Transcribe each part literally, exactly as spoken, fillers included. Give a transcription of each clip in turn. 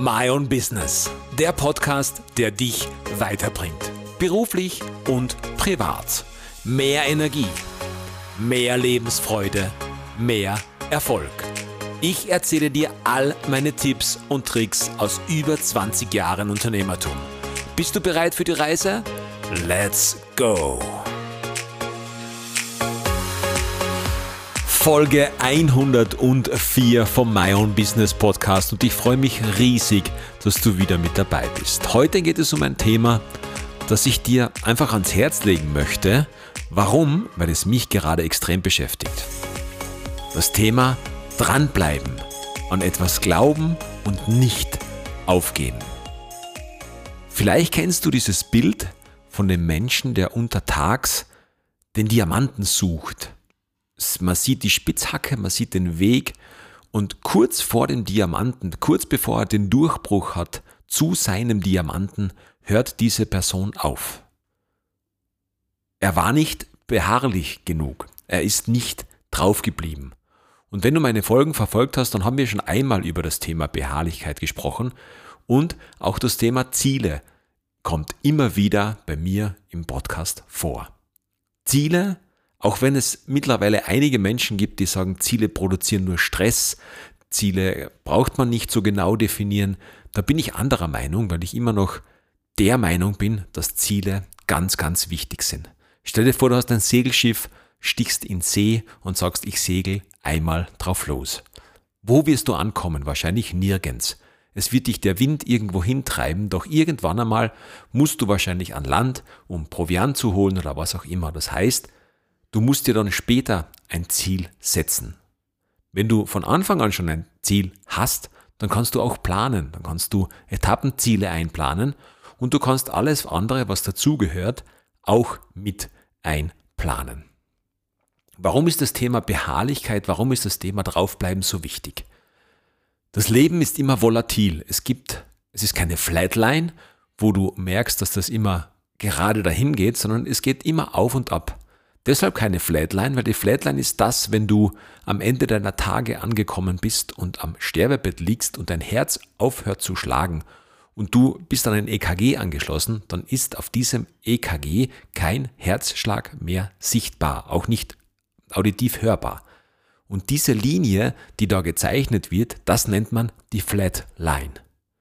My Own Business, der Podcast, der dich weiterbringt. Beruflich und privat. Mehr Energie, mehr Lebensfreude, mehr Erfolg. Ich erzähle dir all meine Tipps und Tricks aus über zwanzig Jahren Unternehmertum. Bist du bereit für die Reise? Let's go! Folge hundertvier vom My Own Business Podcast und ich freue mich riesig, dass du wieder mit dabei bist. Heute geht es um ein Thema, das ich dir einfach ans Herz legen möchte. Warum? Weil es mich gerade extrem beschäftigt. Das Thema dranbleiben, an etwas glauben und nicht aufgeben. Vielleicht kennst du dieses Bild von dem Menschen, der untertags den Diamanten sucht. Man sieht die Spitzhacke, man sieht den Weg und kurz vor dem Diamanten, kurz bevor er den Durchbruch hat zu seinem Diamanten, hört diese Person auf. Er war nicht beharrlich genug, er ist nicht draufgeblieben. Und wenn du meine Folgen verfolgt hast, dann haben wir schon einmal über das Thema Beharrlichkeit gesprochen und auch das Thema Ziele kommt immer wieder bei mir im Podcast vor. Ziele, auch wenn es mittlerweile einige Menschen gibt, die sagen, Ziele produzieren nur Stress, Ziele braucht man nicht so genau definieren, da bin ich anderer Meinung, weil ich immer noch der Meinung bin, dass Ziele ganz, ganz wichtig sind. Stell dir vor, du hast ein Segelschiff, stichst in See und sagst, ich segel einmal drauf los. Wo wirst du ankommen? Wahrscheinlich nirgends. Es wird dich der Wind irgendwo hintreiben, doch irgendwann einmal musst du wahrscheinlich an Land, um Proviant zu holen oder was auch immer. Das heißt, du musst dir dann später ein Ziel setzen. Wenn du von Anfang an schon ein Ziel hast, dann kannst du auch planen, dann kannst du Etappenziele einplanen und du kannst alles andere, was dazugehört, auch mit einplanen. Warum ist das Thema Beharrlichkeit, warum ist das Thema Draufbleiben so wichtig? Das Leben ist immer volatil. Es gibt, es ist keine Flatline, wo du merkst, dass das immer gerade dahin geht, sondern es geht immer auf und ab. Deshalb keine Flatline, weil die Flatline ist das, wenn du am Ende deiner Tage angekommen bist und am Sterbebett liegst und dein Herz aufhört zu schlagen und du bist an ein E K G angeschlossen, dann ist auf diesem E K G kein Herzschlag mehr sichtbar, auch nicht auditiv hörbar. Und diese Linie, die da gezeichnet wird, das nennt man die Flatline.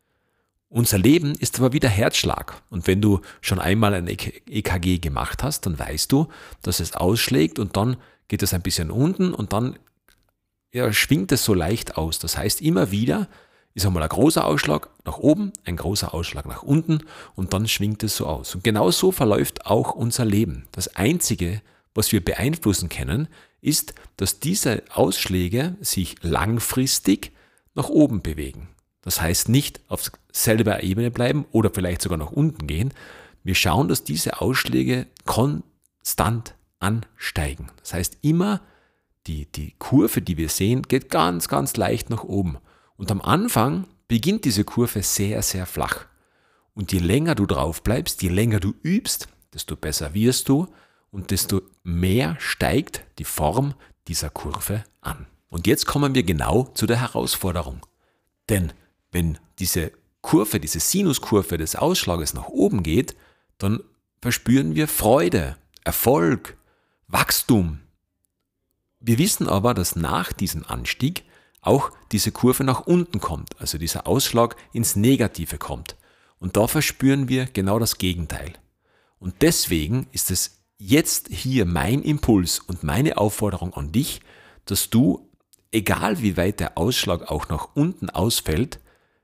Unser Leben ist aber wie der Herzschlag. Und wenn du schon einmal ein E K G gemacht hast, dann weißt du, dass es ausschlägt und dann geht es ein bisschen unten und dann ja, schwingt es so leicht aus. Das heißt, immer wieder ist einmal ein großer Ausschlag nach oben, ein großer Ausschlag nach unten und dann schwingt es so aus. Und genau so verläuft auch unser Leben. Das Einzige, was wir beeinflussen können, ist, dass diese Ausschläge sich langfristig nach oben bewegen. Das heißt nicht auf selber Ebene bleiben oder vielleicht sogar nach unten gehen. Wir schauen, dass diese Ausschläge konstant ansteigen. Das heißt immer, die, die Kurve, die wir sehen, geht ganz, ganz leicht nach oben. Und am Anfang beginnt diese Kurve sehr, sehr flach. Und je länger du drauf bleibst, je länger du übst, desto besser wirst du und desto mehr steigt die Form dieser Kurve an. Und jetzt kommen wir genau zu der Herausforderung. Denn wenn diese Kurve, diese Sinuskurve des Ausschlages nach oben geht, dann verspüren wir Freude, Erfolg, Wachstum. Wir wissen aber, dass nach diesem Anstieg auch diese Kurve nach unten kommt, also dieser Ausschlag ins Negative kommt. Und da verspüren wir genau das Gegenteil. Und deswegen ist es jetzt hier mein Impuls und meine Aufforderung an dich, dass du, egal wie weit der Ausschlag auch nach unten ausfällt,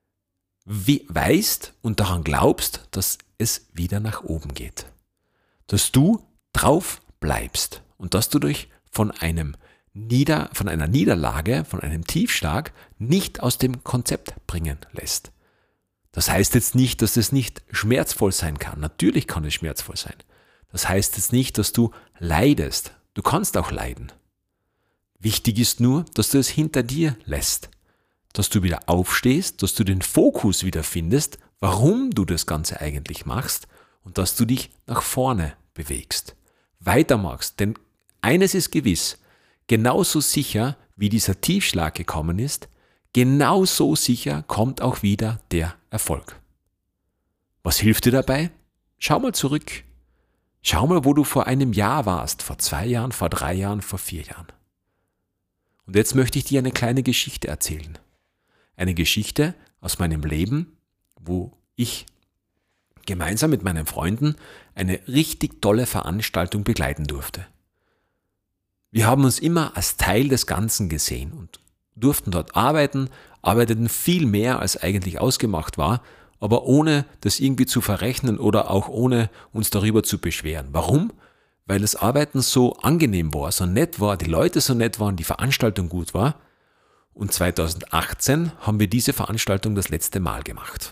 weißt und daran glaubst, dass es wieder nach oben geht. Dass du drauf bleibst und dass du dich von einem Nieder, von einer Niederlage, von einem Tiefschlag nicht aus dem Konzept bringen lässt. Das heißt jetzt nicht, dass es nicht schmerzvoll sein kann. Natürlich kann es schmerzvoll sein. Das heißt jetzt nicht, dass du leidest. Du kannst auch leiden. Wichtig ist nur, dass du es hinter dir lässt. Dass du wieder aufstehst, dass du den Fokus wieder findest, warum du das Ganze eigentlich machst und dass du dich nach vorne bewegst. Weitermachst, denn eines ist gewiss, genauso sicher wie dieser Tiefschlag gekommen ist, genauso sicher kommt auch wieder der Erfolg. Was hilft dir dabei? Schau mal zurück. Schau mal, wo du vor einem Jahr warst, vor zwei Jahren, vor drei Jahren, vor vier Jahren. Und jetzt möchte ich dir eine kleine Geschichte erzählen. Eine Geschichte aus meinem Leben, wo ich gemeinsam mit meinen Freunden eine richtig tolle Veranstaltung begleiten durfte. Wir haben uns immer als Teil des Ganzen gesehen und durften dort arbeiten, arbeiteten viel mehr, als eigentlich ausgemacht war, aber ohne das irgendwie zu verrechnen oder auch ohne uns darüber zu beschweren. Warum? Weil das Arbeiten so angenehm war, so nett war, die Leute so nett waren, die Veranstaltung gut war. Und zweitausendachtzehn haben wir diese Veranstaltung das letzte Mal gemacht.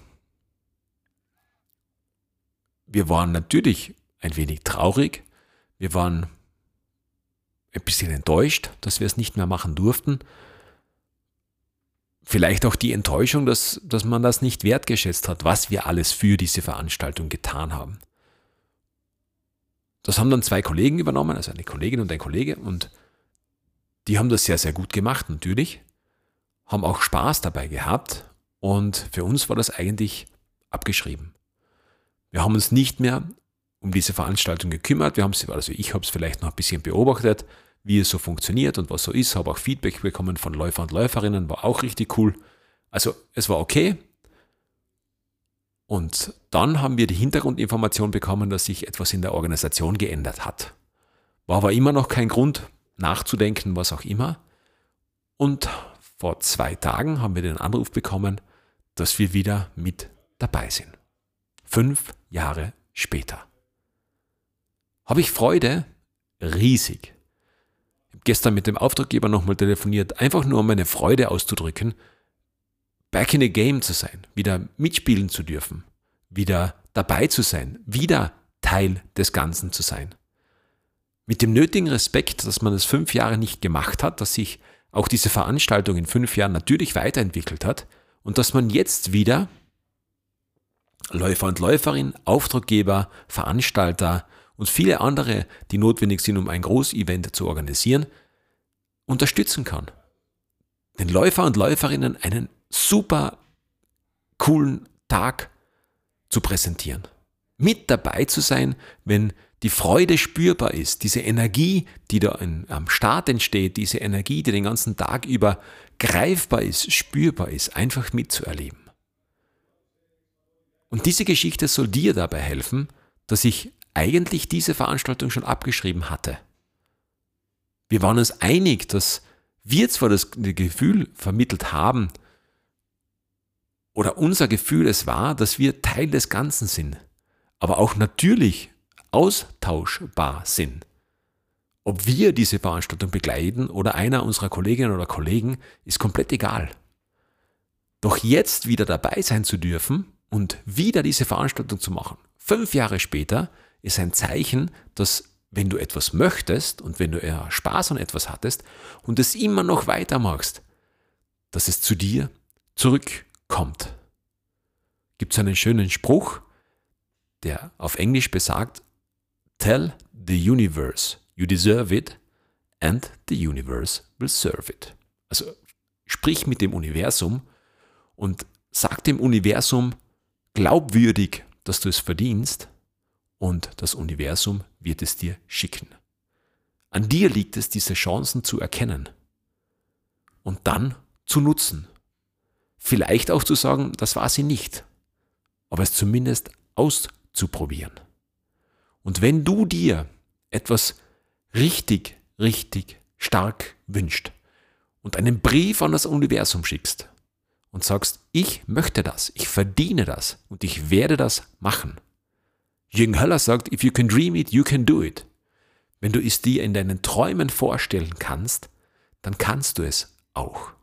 Wir waren natürlich ein wenig traurig, wir waren ein bisschen enttäuscht, dass wir es nicht mehr machen durften. Vielleicht auch die Enttäuschung, dass, dass man das nicht wertgeschätzt hat, was wir alles für diese Veranstaltung getan haben. Das haben dann zwei Kollegen übernommen, also eine Kollegin und ein Kollege, und die haben das sehr, sehr gut gemacht natürlich, haben auch Spaß dabei gehabt und für uns war das eigentlich abgeschrieben. Wir haben uns nicht mehr um diese Veranstaltung gekümmert, wir haben sie, also ich habe es vielleicht noch ein bisschen beobachtet, wie es so funktioniert und was so ist, habe auch Feedback bekommen von Läufer und Läuferinnen, war auch richtig cool. Also es war okay. Und dann haben wir die Hintergrundinformation bekommen, dass sich etwas in der Organisation geändert hat. War aber immer noch kein Grund nachzudenken, was auch immer. Und vor zwei Tagen haben wir den Anruf bekommen, dass wir wieder mit dabei sind. Fünf Jahre später. Habe ich Freude? Riesig. Ich habe gestern mit dem Auftraggeber nochmal telefoniert, einfach nur um meine Freude auszudrücken, back in the game zu sein, wieder mitspielen zu dürfen, wieder dabei zu sein, wieder Teil des Ganzen zu sein. Mit dem nötigen Respekt, dass man es fünf Jahre nicht gemacht hat, dass sich auch diese Veranstaltung in fünf Jahren natürlich weiterentwickelt hat und dass man jetzt wieder Läufer und Läuferin, Auftraggeber, Veranstalter und viele andere, die notwendig sind, um ein Großevent zu organisieren, unterstützen kann. Den Läufer und Läuferinnen einen super coolen Tag zu präsentieren. Mit dabei zu sein, wenn die Freude spürbar ist, diese Energie, die da in, am Start entsteht, diese Energie, die den ganzen Tag über greifbar ist, spürbar ist, einfach mitzuerleben. Und diese Geschichte soll dir dabei helfen, dass ich eigentlich diese Veranstaltung schon abgeschrieben hatte. Wir waren uns einig, dass wir zwar das Gefühl vermittelt haben, oder unser Gefühl es war, dass wir Teil des Ganzen sind, aber auch natürlich austauschbar sind. Ob wir diese Veranstaltung begleiten oder einer unserer Kolleginnen oder Kollegen, ist komplett egal. Doch jetzt wieder dabei sein zu dürfen und wieder diese Veranstaltung zu machen, fünf Jahre später, ist ein Zeichen, dass wenn du etwas möchtest und wenn du eher Spaß an etwas hattest und es immer noch weitermachst, dass es zu dir zurückkommt. Gibt es einen schönen Spruch, der auf Englisch besagt, tell the universe you deserve it and the universe will serve it. Also sprich mit dem Universum und sag dem Universum glaubwürdig, dass du es verdienst, und das Universum wird es dir schicken. An dir liegt es, diese Chancen zu erkennen und dann zu nutzen. Vielleicht auch zu sagen, das war sie nicht, aber es zumindest auszuprobieren. Und wenn du dir etwas richtig, richtig stark wünschst und einen Brief an das Universum schickst und sagst, ich möchte das, ich verdiene das und ich werde das machen. Jürgen Höller sagt, if you can dream it, you can do it. Wenn du es dir in deinen Träumen vorstellen kannst, dann kannst du es auch.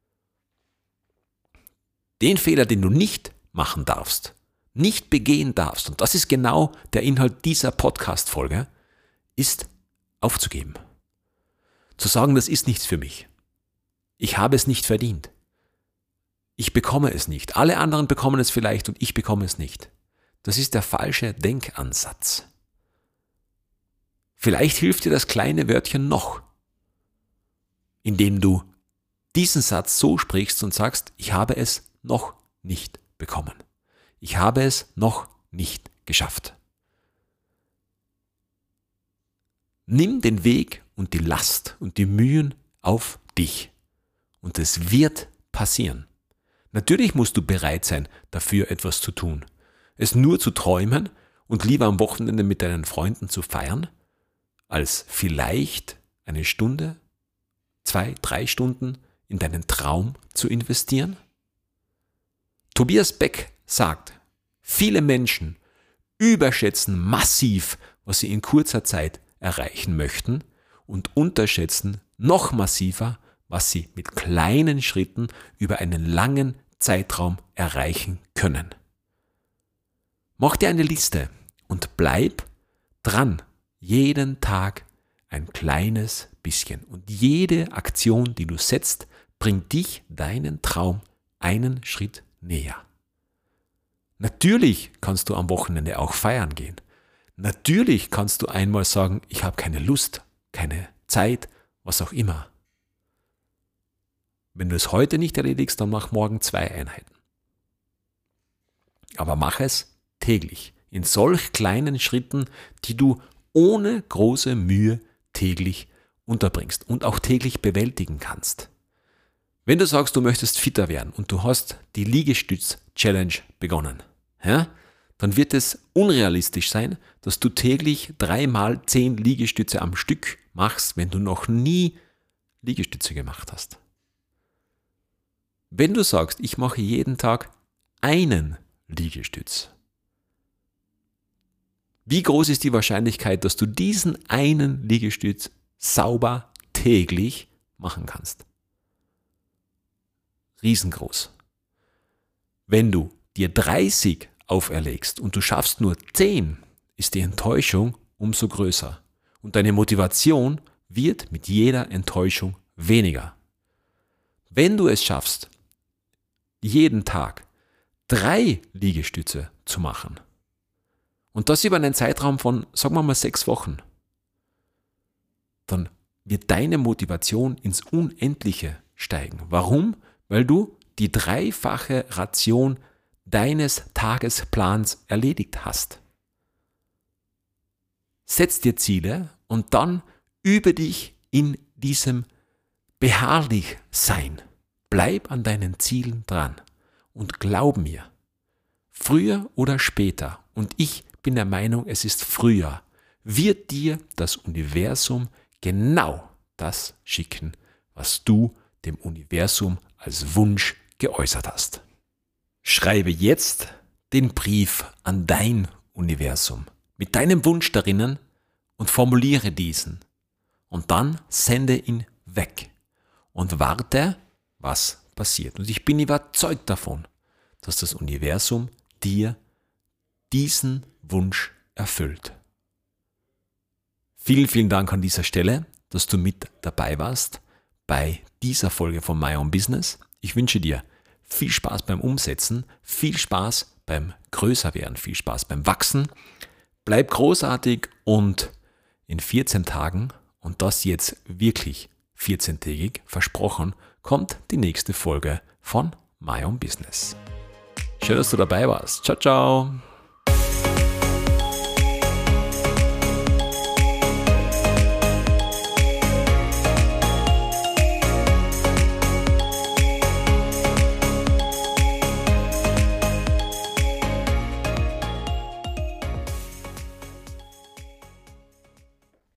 Den Fehler, den du nicht machen darfst, nicht begehen darfst, und das ist genau der Inhalt dieser Podcast-Folge, ist aufzugeben. Zu sagen, das ist nichts für mich. Ich habe es nicht verdient. Ich bekomme es nicht. Alle anderen bekommen es vielleicht und ich bekomme es nicht. Das ist der falsche Denkansatz. Vielleicht hilft dir das kleine Wörtchen noch, indem du diesen Satz so sprichst und sagst, ich habe es noch nicht bekommen. Ich habe es noch nicht geschafft. Nimm den Weg und die Last und die Mühen auf dich. Und es wird passieren. Natürlich musst du bereit sein, dafür etwas zu tun. Es nur zu träumen und lieber am Wochenende mit deinen Freunden zu feiern, als vielleicht eine Stunde, zwei, drei Stunden in deinen Traum zu investieren? Tobias Beck sagt, viele Menschen überschätzen massiv, was sie in kurzer Zeit erreichen möchten und unterschätzen noch massiver, was sie mit kleinen Schritten über einen langen Zeitraum erreichen können. Mach dir eine Liste und bleib dran, jeden Tag ein kleines bisschen. Und jede Aktion, die du setzt, bringt dich deinen Traum einen Schritt näher. Natürlich kannst du am Wochenende auch feiern gehen. Natürlich kannst du einmal sagen, ich habe keine Lust, keine Zeit, was auch immer. Wenn du es heute nicht erledigst, dann mach morgen zwei Einheiten. Aber mach es täglich, in solch kleinen Schritten, die du ohne große Mühe täglich unterbringst und auch täglich bewältigen kannst. Wenn du sagst, du möchtest fitter werden und du hast die Liegestütz-Challenge begonnen, ja, dann wird es unrealistisch sein, dass du täglich dreimal zehn Liegestütze am Stück machst, wenn du noch nie Liegestütze gemacht hast. Wenn du sagst, ich mache jeden Tag einen Liegestütz, wie groß ist die Wahrscheinlichkeit, dass du diesen einen Liegestütz sauber täglich machen kannst? Riesengroß. Wenn du dir dreißig auferlegst und du schaffst nur zehn, ist die Enttäuschung umso größer. Und deine Motivation wird mit jeder Enttäuschung weniger. Wenn du es schaffst, jeden Tag drei Liegestütze zu machen, und das über einen Zeitraum von, sagen wir mal, sechs Wochen, dann wird deine Motivation ins Unendliche steigen. Warum? Weil du die dreifache Ration deines Tagesplans erledigt hast. Setz dir Ziele und dann übe dich in diesem Beharrlichsein. Bleib an deinen Zielen dran und glaub mir, früher oder später, und ich bin der Meinung, es ist früher, wird dir das Universum genau das schicken, was du dem Universum als Wunsch geäußert hast. Schreibe jetzt den Brief an dein Universum mit deinem Wunsch darinnen und formuliere diesen. Und dann sende ihn weg und warte, was passiert. Und ich bin überzeugt davon, dass das Universum dir diesen Wunsch erfüllt. Vielen, vielen Dank an dieser Stelle, dass du mit dabei warst bei dieser Folge von My Own Business. Ich wünsche dir viel Spaß beim Umsetzen, viel Spaß beim Größerwerden, viel Spaß beim Wachsen. Bleib großartig und in vierzehn Tagen, und das jetzt wirklich vierzehntägig versprochen, kommt die nächste Folge von My Own Business. Schön, dass du dabei warst. Ciao, ciao.